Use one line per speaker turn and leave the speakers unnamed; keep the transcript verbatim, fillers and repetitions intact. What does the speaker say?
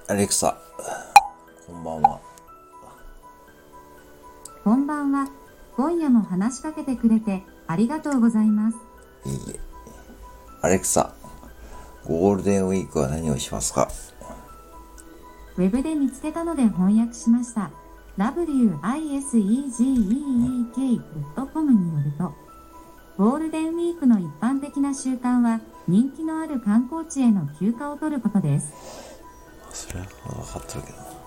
アレクサ、こんばんは。
こんばんは。今夜も話しかけてくれてありがとうございます。
いいえ。アレクサ、ゴールデンウィークは何をしますか？
ウェブで見つけたので翻訳しました。ダブリューアイエスイージーイーイーケードットコム によると、ゴールデンウィークの一般的な習慣は人気のある観光地への休暇を取ることです。
それは分かってるけど。